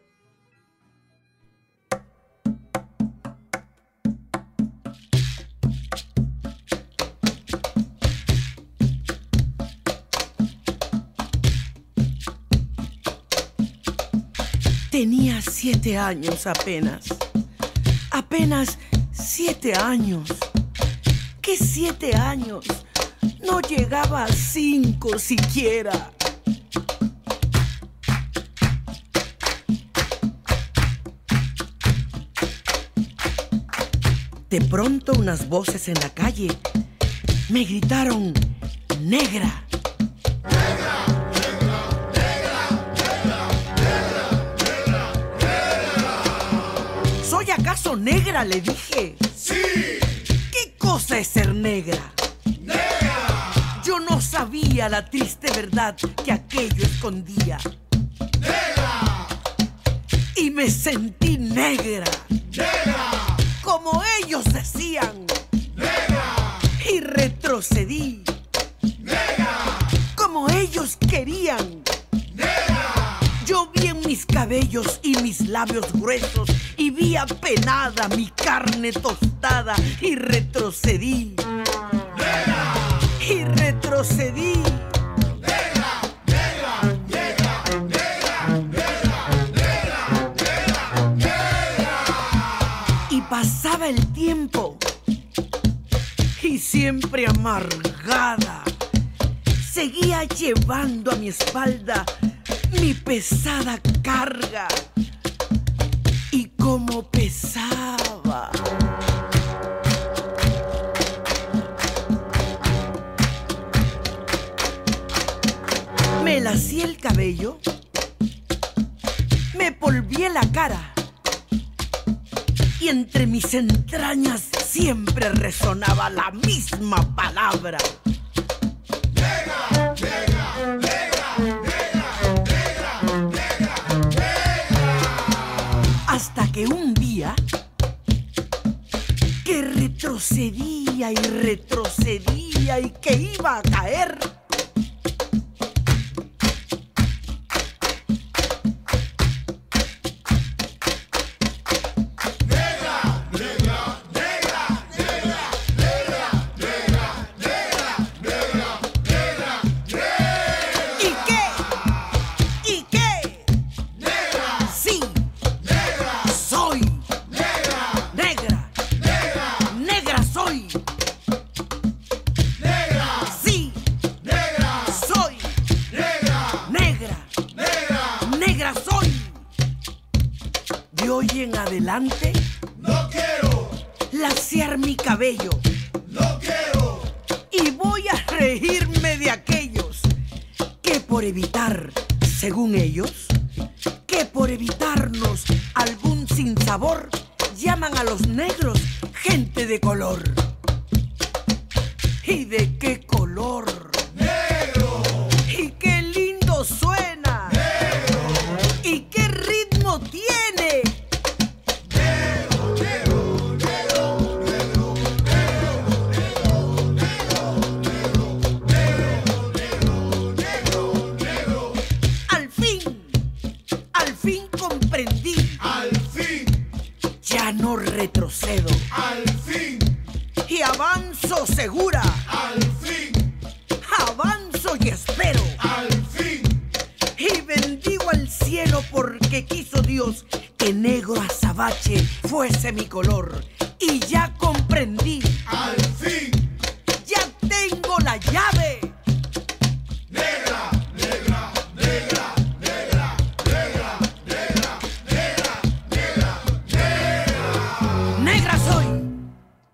[SPEAKER 6] Tenía 7 años apenas. Apenas 7 años. ¿Qué 7 años? No llegaba a 5 siquiera. De pronto unas voces en la calle me gritaron: ¡Negra! ¿Soy acaso negra?, le dije.
[SPEAKER 7] ¡Sí!
[SPEAKER 6] ¿Qué cosa es ser negra?
[SPEAKER 7] ¡Negra!
[SPEAKER 6] Yo no sabía la triste verdad que aquello escondía.
[SPEAKER 7] ¡Negra!
[SPEAKER 6] Y me sentí negra,
[SPEAKER 7] ¡Negra!
[SPEAKER 6] como ellos decían.
[SPEAKER 7] ¡Negra!
[SPEAKER 6] Y retrocedí,
[SPEAKER 7] ¡Negra!
[SPEAKER 6] como ellos querían.
[SPEAKER 7] ¡Negra!
[SPEAKER 6] Yo vi en mis cabellos y mis labios gruesos y vi apenada mi carne tostada y retrocedí.
[SPEAKER 7] ¡Negra!
[SPEAKER 6] Y retrocedí.
[SPEAKER 7] ¡Negra! ¡Negra! ¡Negra! ¡Negra! ¡Negra! ¡Negra! ¡Negra! ¡Negra!
[SPEAKER 6] Y pasaba el tiempo y siempre amargada seguía llevando a mi espalda mi pesada carga. Y como pesaba. Me lacié el cabello, me polvié la cara y entre mis entrañas siempre resonaba la misma palabra.
[SPEAKER 7] ¡Negra! ¡Negra! ¡Negra! ¡Negra! ¡Negra! ¡Negra!
[SPEAKER 6] Hasta que un día que retrocedía y retrocedía y que iba a caer, de hoy en adelante,
[SPEAKER 7] ¡No quiero!
[SPEAKER 6] laciar mi cabello
[SPEAKER 7] ¡No quiero!
[SPEAKER 6] y voy a reírme de aquellos que por evitar, según ellos, que por evitarnos algún sinsabor, llaman a los negros gente de color. ¿Y de qué color?
[SPEAKER 7] ¡Negro!
[SPEAKER 6] ¡Y qué lindo suena!
[SPEAKER 7] ¡Negro!
[SPEAKER 6] ¿Y qué ritmo tiene?
[SPEAKER 7] ¡Negro! ¡Negro! ¡Negro! ¡Negro! ¡Negro! ¡Negro! ¡Negro! ¡Negro! ¡Negro!
[SPEAKER 6] Al fin comprendí.
[SPEAKER 7] ¡Al fin!
[SPEAKER 6] Ya no retrocedo
[SPEAKER 7] ¡Al fin!
[SPEAKER 6] y avanzo segura.
[SPEAKER 7] ¡Al fin!
[SPEAKER 6] Avanzo y espero.
[SPEAKER 7] ¡Al fin!
[SPEAKER 6] Y bendigo al cielo porque quiso Dios que negro azabache fuese mi color. Y ya comprendí,
[SPEAKER 7] ¡Al fin!
[SPEAKER 6] ya tengo la llave.
[SPEAKER 7] ¡Negra! ¡Negra! ¡Negra! ¡Negra! ¡Negra! ¡Negra! ¡Negra! ¡Negra!
[SPEAKER 6] Negra soy,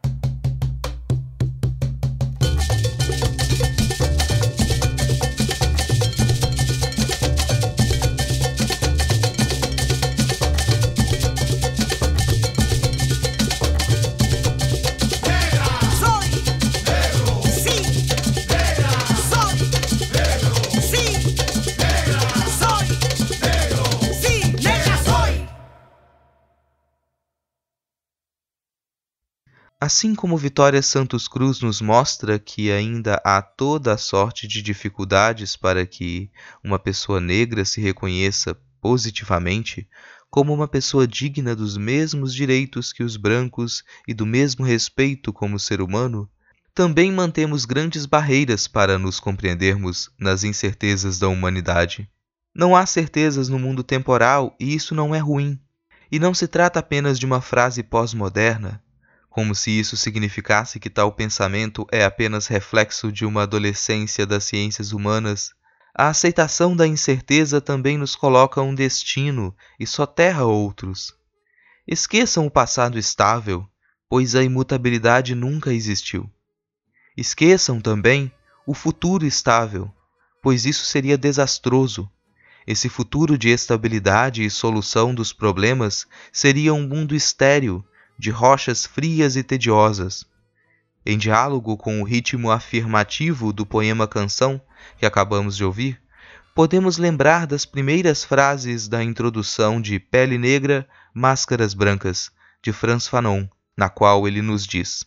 [SPEAKER 4] Assim como Vitória Santos Cruz nos mostra que ainda há toda a sorte de dificuldades para que uma pessoa negra se reconheça positivamente como uma pessoa digna dos mesmos direitos que os brancos e do mesmo respeito como ser humano, também mantemos grandes barreiras para nos compreendermos nas incertezas da humanidade. Não há certezas no mundo temporal e isso não é ruim. E não se trata apenas de uma frase pós-moderna, como se isso significasse que tal pensamento é apenas reflexo de uma adolescência das ciências humanas. A aceitação da incerteza também nos coloca um destino e soterra outros. Esqueçam o passado estável, pois a imutabilidade nunca existiu. Esqueçam também o futuro estável, pois isso seria desastroso. Esse futuro de estabilidade e solução dos problemas seria um mundo estéril, de rochas frias e tediosas. Em diálogo com o ritmo afirmativo do poema Canção, que acabamos de ouvir, podemos lembrar das primeiras frases da introdução de Pele Negra, Máscaras Brancas, de Frantz Fanon, na qual ele nos diz: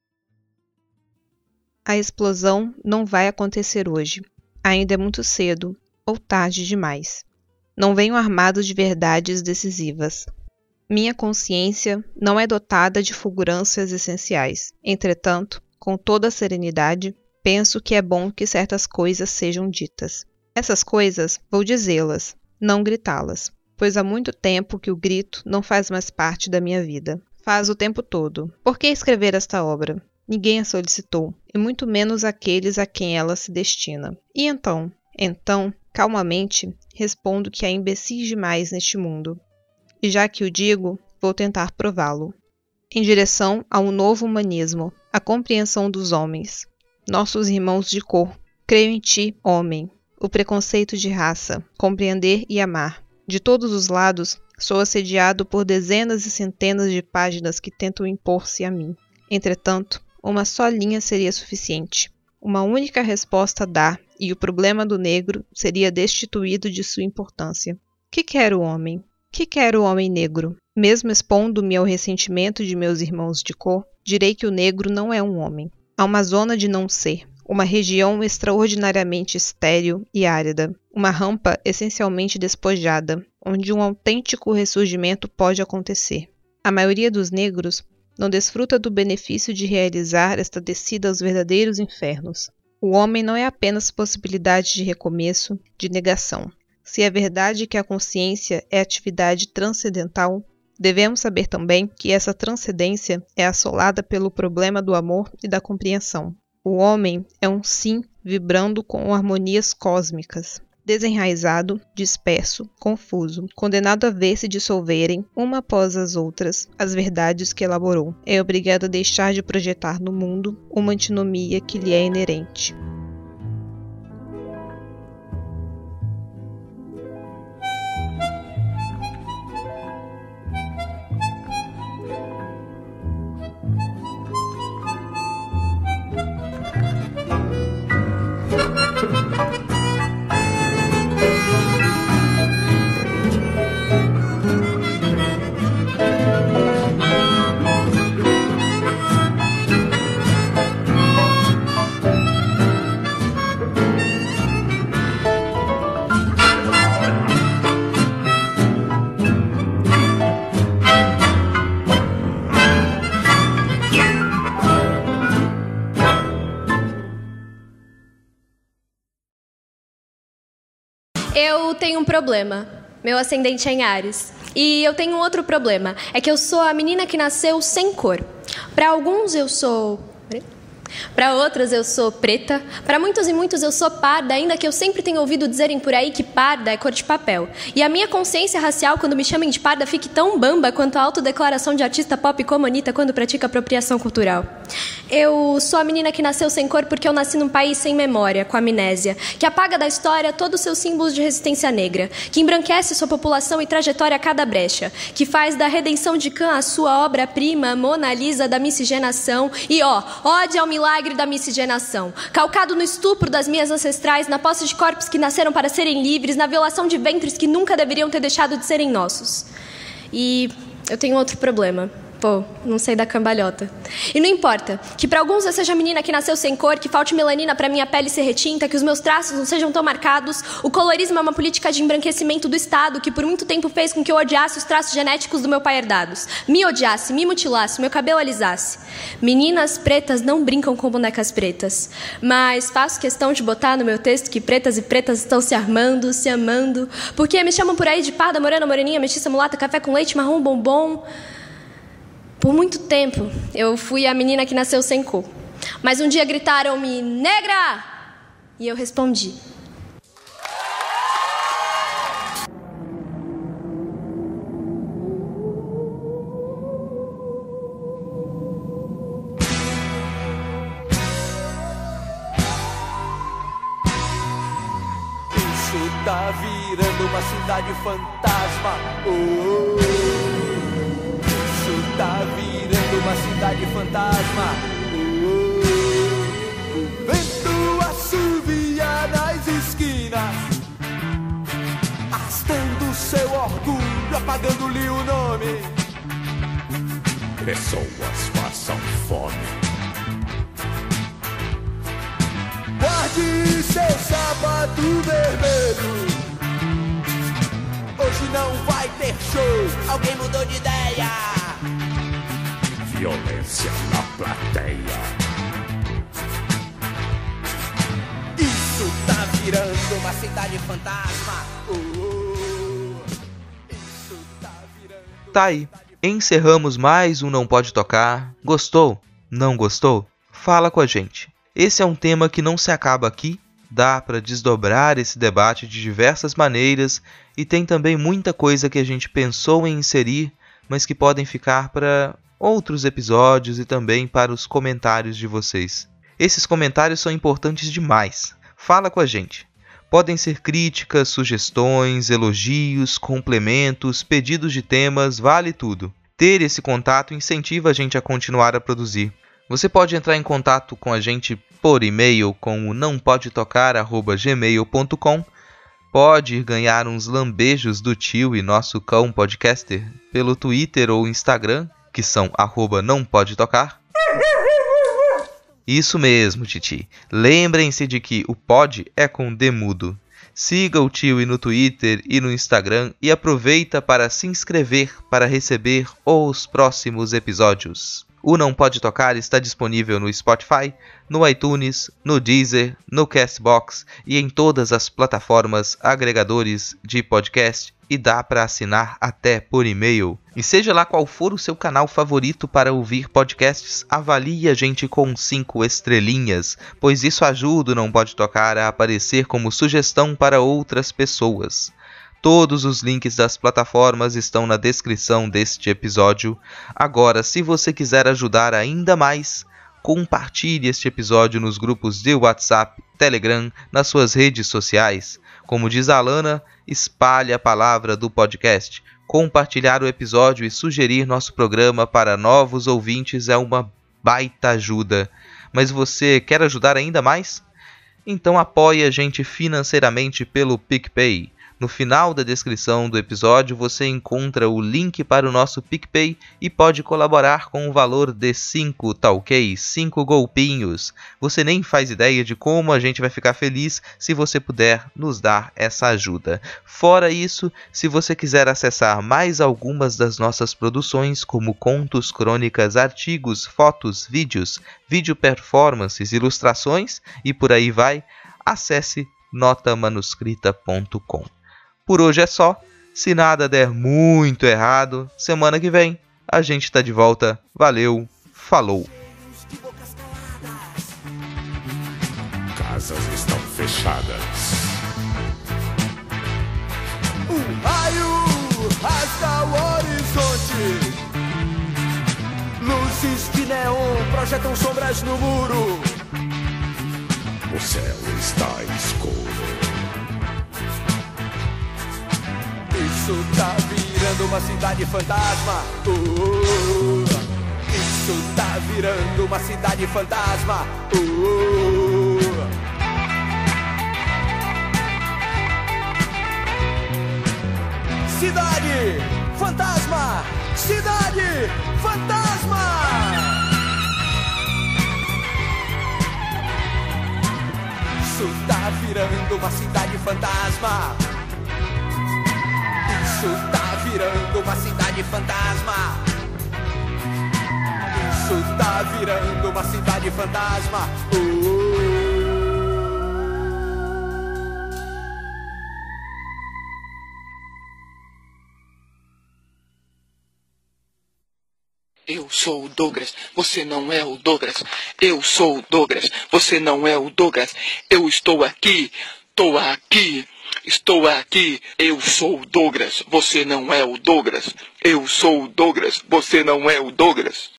[SPEAKER 5] A explosão não vai acontecer hoje. Ainda é muito cedo, ou tarde demais. Não venho armado de verdades decisivas. Minha consciência não é dotada de fulgurâncias essenciais. Entretanto, com toda a serenidade, penso que é bom que certas coisas sejam ditas. Essas coisas vou dizê-las, não gritá-las, pois há muito tempo que o grito não faz mais parte da minha vida. Faz o tempo todo. Por que escrever esta obra? Ninguém a solicitou, e muito menos aqueles a quem ela se destina. E então? Então, calmamente, respondo que há imbecis demais neste mundo. E já que o digo, vou tentar prová-lo. Em direção a um novo humanismo, a compreensão dos homens. Nossos irmãos de cor, creio em ti, homem. O preconceito de raça, compreender e amar. De todos os lados, sou assediado por dezenas e centenas de páginas que tentam impor-se a mim. Entretanto, uma só linha seria suficiente. Uma única resposta a dar, e o problema do negro seria destituído de sua importância. Que quer o homem? Que quer o homem negro? Mesmo expondo-me ao ressentimento de meus irmãos de cor, direi que o negro não é um homem. Há uma zona de não ser, uma região extraordinariamente estéril e árida, uma rampa essencialmente despojada, onde um autêntico ressurgimento pode acontecer. A maioria dos negros não desfruta do benefício de realizar esta descida aos verdadeiros infernos. O homem não é apenas possibilidade de recomeço, de negação. Se é verdade que a consciência é atividade transcendental, devemos saber também que essa transcendência é assolada pelo problema do amor e da compreensão. O homem é um sim vibrando com harmonias cósmicas, desenraizado, disperso, confuso, condenado a ver se dissolverem, uma após as outras, as verdades que elaborou. É obrigado a deixar de projetar no mundo uma antinomia que lhe é inerente.
[SPEAKER 8] Eu tenho um problema. Meu ascendente é em Áries. E eu tenho um outro problema. É que eu sou a menina que nasceu sem cor. Para alguns eu sou... Para outros eu sou preta. Para muitos e muitos eu sou parda, ainda que eu sempre tenha ouvido dizerem por aí que parda é cor de papel. E a minha consciência racial, quando me chamem de parda, fique tão bamba quanto a autodeclaração de artista pop como Anitta quando pratica apropriação cultural. Eu sou a menina que nasceu sem cor porque eu nasci num país sem memória, com amnésia, que apaga da história todos os seus símbolos de resistência negra, que embranquece sua população e trajetória a cada brecha, que faz da redenção de Khan a sua obra-prima, Mona Lisa da miscigenação e, ode ao milagre da miscigenação, calcado no estupro das minhas ancestrais, na posse de corpos que nasceram para serem livres, na violação de ventres que nunca deveriam ter deixado de serem nossos. E eu tenho outro problema. Pô, não sei da cambalhota. E não importa que pra alguns eu seja a menina que nasceu sem cor, que falte melanina pra minha pele ser retinta, que os meus traços não sejam tão marcados. O colorismo é uma política de embranquecimento do Estado que por muito tempo fez com que eu odiasse os traços genéticos do meu pai herdados. Me odiasse, me mutilasse, meu cabelo alisasse. Meninas pretas não brincam com bonecas pretas. Mas faço questão de botar no meu texto que pretas e pretas estão se armando, se amando. Porque me chamam por aí de parda, morena, moreninha, mestiça, mulata, café com leite, marrom, bombom. Por muito tempo, eu fui a menina que nasceu sem cor. Mas um dia gritaram-me, negra! E eu respondi.
[SPEAKER 9] Isso tá virando uma cidade fantasma. Tá virando uma cidade fantasma. O vento assovia nas esquinas, arrastando seu orgulho, apagando-lhe o nome. Pessoas passam fome. Guarde seu sapato vermelho. Hoje não vai ter show. Alguém mudou de ideia. Violência na plateia. Isso tá virando uma cidade fantasma. Isso tá virando.
[SPEAKER 4] Tá aí. Encerramos mais um Não Pode Tocar. Gostou? Não gostou? Fala com a gente. Esse é um tema que não se acaba aqui. Dá para desdobrar esse debate de diversas maneiras e tem também muita coisa que a gente pensou em inserir, mas que podem ficar para outros episódios e também para os comentários de vocês. Esses comentários são importantes demais. Fala com a gente. Podem ser críticas, sugestões, elogios, complementos, pedidos de temas, vale tudo. Ter esse contato incentiva a gente a continuar a produzir. Você pode entrar em contato com a gente por e-mail com o nampodetocar@gmail.com. Pode ganhar uns lambejos do tio e nosso cão podcaster pelo Twitter ou Instagram, que são @nampodetocar. Isso mesmo, Titi. Lembrem-se de que o pod é com D mudo. Siga o tio no Twitter e no Instagram e aproveita para se inscrever para receber os próximos episódios. O Não Pode Tocar está disponível no Spotify, no iTunes, no Deezer, no Castbox e em todas as plataformas agregadores de podcast e dá para assinar até por e-mail. E seja lá qual for o seu canal favorito para ouvir podcasts, avalie a gente com 5 estrelinhas, pois isso ajuda o Não Pode Tocar a aparecer como sugestão para outras pessoas. Todos os links das plataformas estão na descrição deste episódio. Agora, se você quiser ajudar ainda mais, compartilhe este episódio nos grupos de WhatsApp, Telegram, nas suas redes sociais. Como diz a Alana, espalhe a palavra do podcast. Compartilhar o episódio e sugerir nosso programa para novos ouvintes é uma baita ajuda. Mas você quer ajudar ainda mais? Então apoie a gente financeiramente pelo PicPay. No final da descrição do episódio você encontra o link para o nosso PicPay e pode colaborar com o valor de 5, tá ok? 5 golpinhos. Você nem faz ideia de como a gente vai ficar feliz se você puder nos dar essa ajuda. Fora isso, se você quiser acessar mais algumas das nossas produções, como contos, crônicas, artigos, fotos, vídeos, vídeo performances, ilustrações e por aí vai, acesse notamanuscrita.com. Por hoje é só. Se nada der muito errado, semana que vem a gente tá de volta. Valeu, falou.
[SPEAKER 9] Casas estão fechadas. Um raio rasga o horizonte. Luzes de neon projetam sombras no muro. O céu está escuro. Isso tá virando uma cidade fantasma. Isso tá virando uma cidade fantasma. Cidade fantasma. Cidade Fantasma! Isso tá virando uma cidade fantasma. Isso tá virando uma cidade fantasma. Isso tá virando uma cidade fantasma.
[SPEAKER 10] Eu sou o Douglas, você não é o Douglas. Eu sou o Douglas, você não é o Douglas. Eu estou aqui, tô aqui, estou aqui. Eu sou o Douglas, você não é o Douglas. Eu sou o Douglas, você não é o Douglas.